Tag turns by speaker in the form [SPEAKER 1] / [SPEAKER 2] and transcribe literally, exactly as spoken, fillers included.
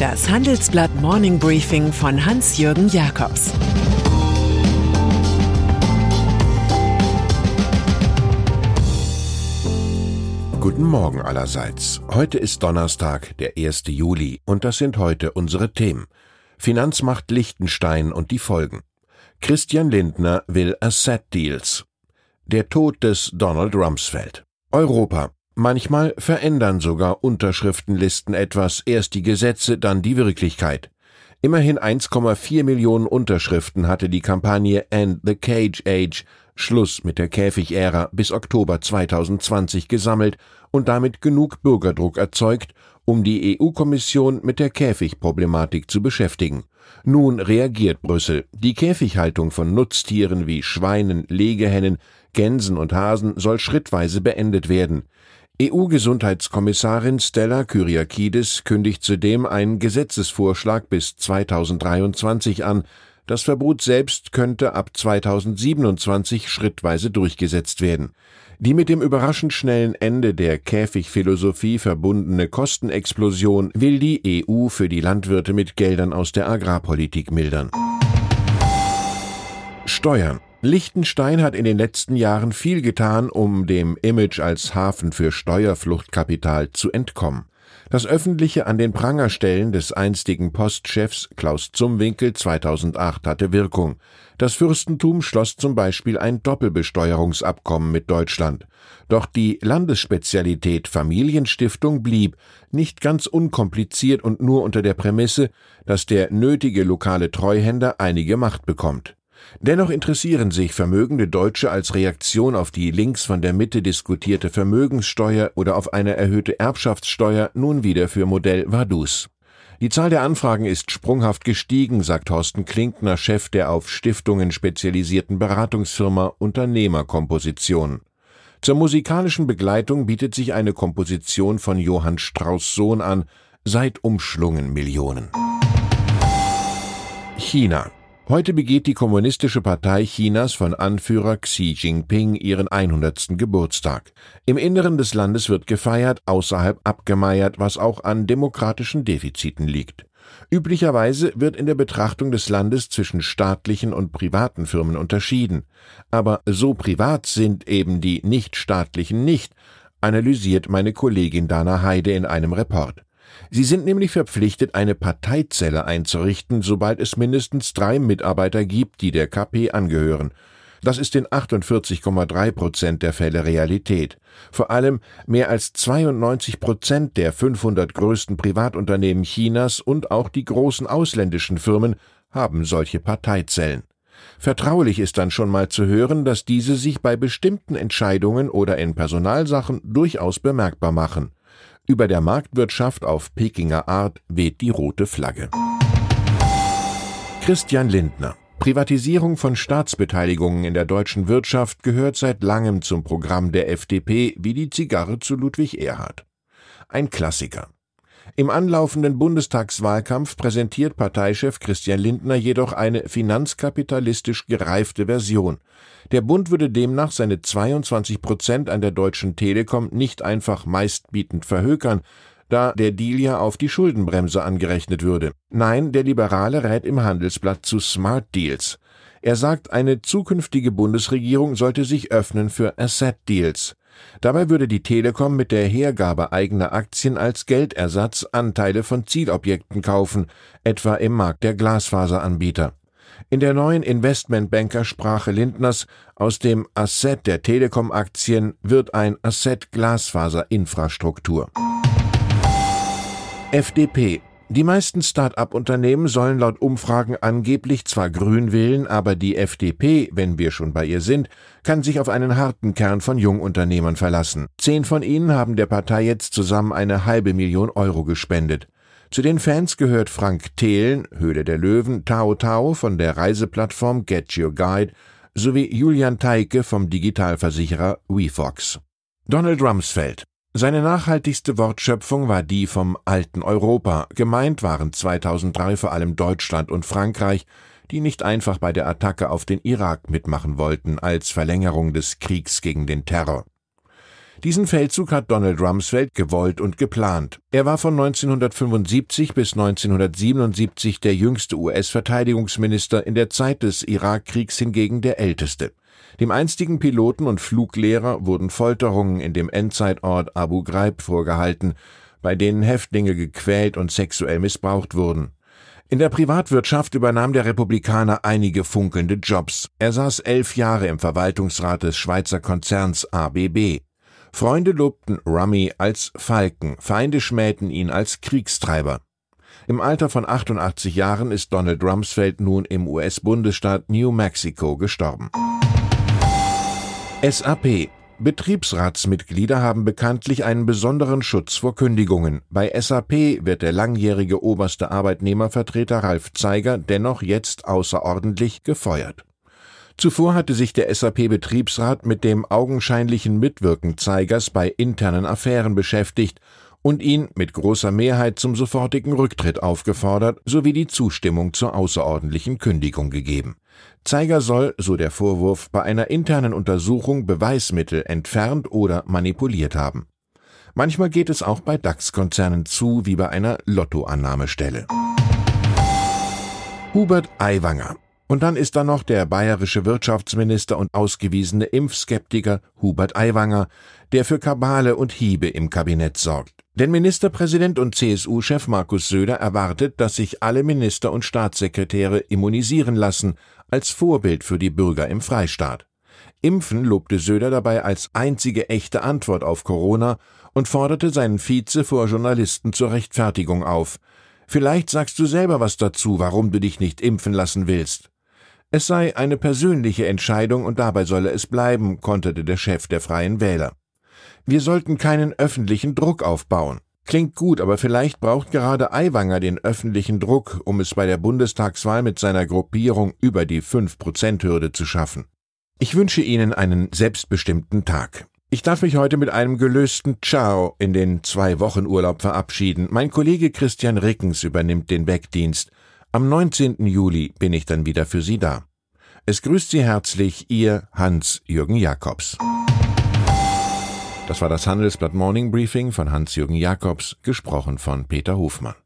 [SPEAKER 1] Das Handelsblatt Morning Briefing von Hans-Jürgen Jakobs.
[SPEAKER 2] Guten Morgen allerseits. Heute ist Donnerstag, der erste Juli, und das sind heute unsere Themen. Finanzmacht Liechtenstein und die Folgen. Christian Lindner will Asset Deals. Der Tod des Donald Rumsfeld. Europa. Manchmal verändern sogar Unterschriftenlisten etwas, erst die Gesetze, dann die Wirklichkeit. Immerhin eins Komma vier Millionen Unterschriften hatte die Kampagne End the Cage Age, Schluss mit der Käfig-Ära, bis Oktober zweitausendzwanzig gesammelt und damit genug Bürgerdruck erzeugt, um die E U-Kommission mit der Käfigproblematik zu beschäftigen. Nun reagiert Brüssel. Die Käfighaltung von Nutztieren wie Schweinen, Legehennen, Gänsen und Hasen soll schrittweise beendet werden. E U-Gesundheitskommissarin Stella Kyriakides kündigt zudem einen Gesetzesvorschlag bis zweitausenddreiundzwanzig an. Das Verbot selbst könnte ab zweitausendsiebenundzwanzig schrittweise durchgesetzt werden. Die mit dem überraschend schnellen Ende der Käfigphilosophie verbundene Kostenexplosion will die E U für die Landwirte mit Geldern aus der Agrarpolitik mildern. Steuern. Liechtenstein hat in den letzten Jahren viel getan, um dem Image als Hafen für Steuerfluchtkapital zu entkommen. Das öffentliche An den Pranger stellen des einstigen Postchefs Klaus Zumwinkel zweitausendacht hatte Wirkung. Das Fürstentum schloss zum Beispiel ein Doppelbesteuerungsabkommen mit Deutschland. Doch die Landesspezialität Familienstiftung blieb, nicht ganz unkompliziert und nur unter der Prämisse, dass der nötige lokale Treuhänder einige Macht bekommt. Dennoch interessieren sich vermögende Deutsche als Reaktion auf die links von der Mitte diskutierte Vermögenssteuer oder auf eine erhöhte Erbschaftssteuer nun wieder für Modell Vaduz. Die Zahl der Anfragen ist sprunghaft gestiegen, sagt Thorsten Klinkner, Chef der auf Stiftungen spezialisierten Beratungsfirma Unternehmerkomposition. Zur musikalischen Begleitung bietet sich eine Komposition von Johann Strauss Sohn an, seit umschlungen Millionen. China. Heute begeht die Kommunistische Partei Chinas von Anführer Xi Jinping ihren hundertsten Geburtstag. Im Inneren des Landes wird gefeiert, außerhalb abgemeiert, was auch an demokratischen Defiziten liegt. Üblicherweise wird in der Betrachtung des Landes zwischen staatlichen und privaten Firmen unterschieden. Aber so privat sind eben die nichtstaatlichen nicht, analysiert meine Kollegin Dana Heide in einem Report. Sie sind nämlich verpflichtet, eine Parteizelle einzurichten, sobald es mindestens drei Mitarbeiter gibt, die der K P angehören. Das ist in achtundvierzig Komma drei Prozent der Fälle Realität. Vor allem mehr als zweiundneunzig Prozent der fünfhundert größten Privatunternehmen Chinas und auch die großen ausländischen Firmen haben solche Parteizellen. Vertraulich ist dann schon mal zu hören, dass diese sich bei bestimmten Entscheidungen oder in Personalsachen durchaus bemerkbar machen. Über der Marktwirtschaft auf Pekinger Art weht die rote Flagge. Christian Lindner. Privatisierung von Staatsbeteiligungen in der deutschen Wirtschaft gehört seit langem zum Programm der F D P wie die Zigarre zu Ludwig Erhard. Ein Klassiker. Im anlaufenden Bundestagswahlkampf präsentiert Parteichef Christian Lindner jedoch eine finanzkapitalistisch gereifte Version. Der Bund würde demnach seine zweiundzwanzig Prozent an der Deutschen Telekom nicht einfach meistbietend verhökern, da der Deal ja auf die Schuldenbremse angerechnet würde. Nein, der Liberale rät im Handelsblatt zu Smart Deals. Er sagt, eine zukünftige Bundesregierung sollte sich öffnen für Asset Deals. Dabei würde die Telekom mit der Hergabe eigener Aktien als Geldersatz Anteile von Zielobjekten kaufen, etwa im Markt der Glasfaseranbieter. In der neuen Investmentbankersprache Lindners, aus dem Asset der Telekom-Aktien wird ein Asset Glasfaserinfrastruktur. F D P. Die meisten Start-up-Unternehmen sollen laut Umfragen angeblich zwar grün wählen, aber die F D P, wenn wir schon bei ihr sind, kann sich auf einen harten Kern von Jungunternehmern verlassen. Zehn von ihnen haben der Partei jetzt zusammen eine halbe Million Euro gespendet. Zu den Fans gehört Frank Thelen, Höhle der Löwen, Tao Tao von der Reiseplattform Get Your Guide sowie Julian Teike vom Digitalversicherer WeFox. Donald Rumsfeld. Seine nachhaltigste Wortschöpfung war die vom alten Europa. Gemeint waren zweitausenddrei vor allem Deutschland und Frankreich, die nicht einfach bei der Attacke auf den Irak mitmachen wollten als Verlängerung des Kriegs gegen den Terror. Diesen Feldzug hat Donald Rumsfeld gewollt und geplant. Er war von neunzehnhundertfünfundsiebzig bis neunzehnhundertsiebenundsiebzig der jüngste U S-Verteidigungsminister, in der Zeit des Irakkriegs hingegen der älteste. Dem einstigen Piloten und Fluglehrer wurden Folterungen in dem Endzeitort Abu Ghraib vorgehalten, bei denen Häftlinge gequält und sexuell missbraucht wurden. In der Privatwirtschaft übernahm der Republikaner einige funkelnde Jobs. Er saß elf Jahre im Verwaltungsrat des Schweizer Konzerns A B B. Freunde lobten Rummy als Falken, Feinde schmähten ihn als Kriegstreiber. Im Alter von achtundachtzig Jahren ist Donald Rumsfeld nun im U S-Bundesstaat New Mexico gestorben. S A P. Betriebsratsmitglieder haben bekanntlich einen besonderen Schutz vor Kündigungen. Bei S A P wird der langjährige oberste Arbeitnehmervertreter Ralf Zeiger dennoch jetzt außerordentlich gefeuert. Zuvor hatte sich der S A P-Betriebsrat mit dem augenscheinlichen Mitwirken Zeigers bei internen Affären beschäftigt und ihn mit großer Mehrheit zum sofortigen Rücktritt aufgefordert sowie die Zustimmung zur außerordentlichen Kündigung gegeben. Zeiger soll, so der Vorwurf, bei einer internen Untersuchung Beweismittel entfernt oder manipuliert haben. Manchmal geht es auch bei DAX-Konzernen zu wie bei einer Lottoannahmestelle. Hubert Aiwanger. Und dann ist da noch der bayerische Wirtschaftsminister und ausgewiesene Impfskeptiker Hubert Aiwanger, der für Kabale und Hiebe im Kabinett sorgt. Denn Ministerpräsident und C S U-Chef Markus Söder erwartet, dass sich alle Minister und Staatssekretäre immunisieren lassen, als Vorbild für die Bürger im Freistaat. Impfen lobte Söder dabei als einzige echte Antwort auf Corona und forderte seinen Vize vor Journalisten zur Rechtfertigung auf. Vielleicht sagst du selber was dazu, warum du dich nicht impfen lassen willst. Es sei eine persönliche Entscheidung und dabei solle es bleiben, konterte der Chef der Freien Wähler. Wir sollten keinen öffentlichen Druck aufbauen. Klingt gut, aber vielleicht braucht gerade Aiwanger den öffentlichen Druck, um es bei der Bundestagswahl mit seiner Gruppierung über die fünf Prozent Hürde zu schaffen. Ich wünsche Ihnen einen selbstbestimmten Tag. Ich darf mich heute mit einem gelösten Ciao in den Zwei-Wochen-Urlaub verabschieden. Mein Kollege Christian Rickens übernimmt den Backdienst. Am neunzehnten Juli bin ich dann wieder für Sie da. Es grüßt Sie herzlich, Ihr Hans-Jürgen Jakobs. Das war das Handelsblatt Morning Briefing von Hans-Jürgen Jakobs, gesprochen von Peter Hofmann.